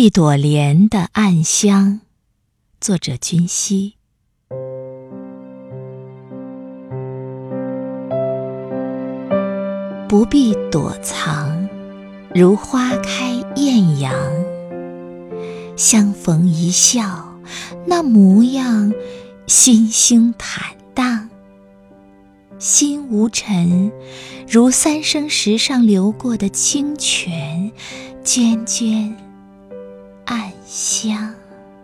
一朵莲的暗香，作者君熙。不必躲藏，如花开艳阳。相逢一笑，那模样心胸坦荡。心无尘，如三生石上流过的清泉，涓涓暗香。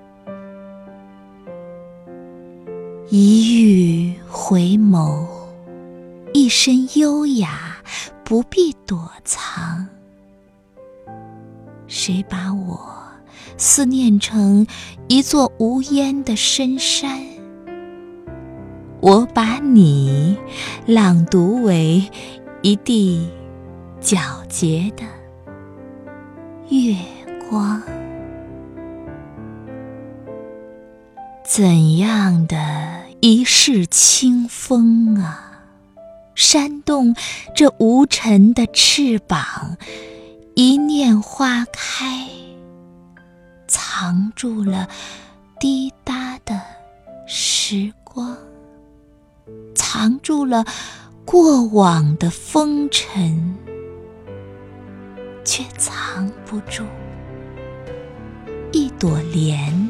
一遇回眸，一身优雅，不必躲藏。谁把我思念成一座无烟的深山？我把你朗读为一地皎洁的月光。怎样的一世清风啊，扇动这无尘的翅膀，一念花开，藏住了滴答的时光，藏住了过往的风尘，却藏不住一朵莲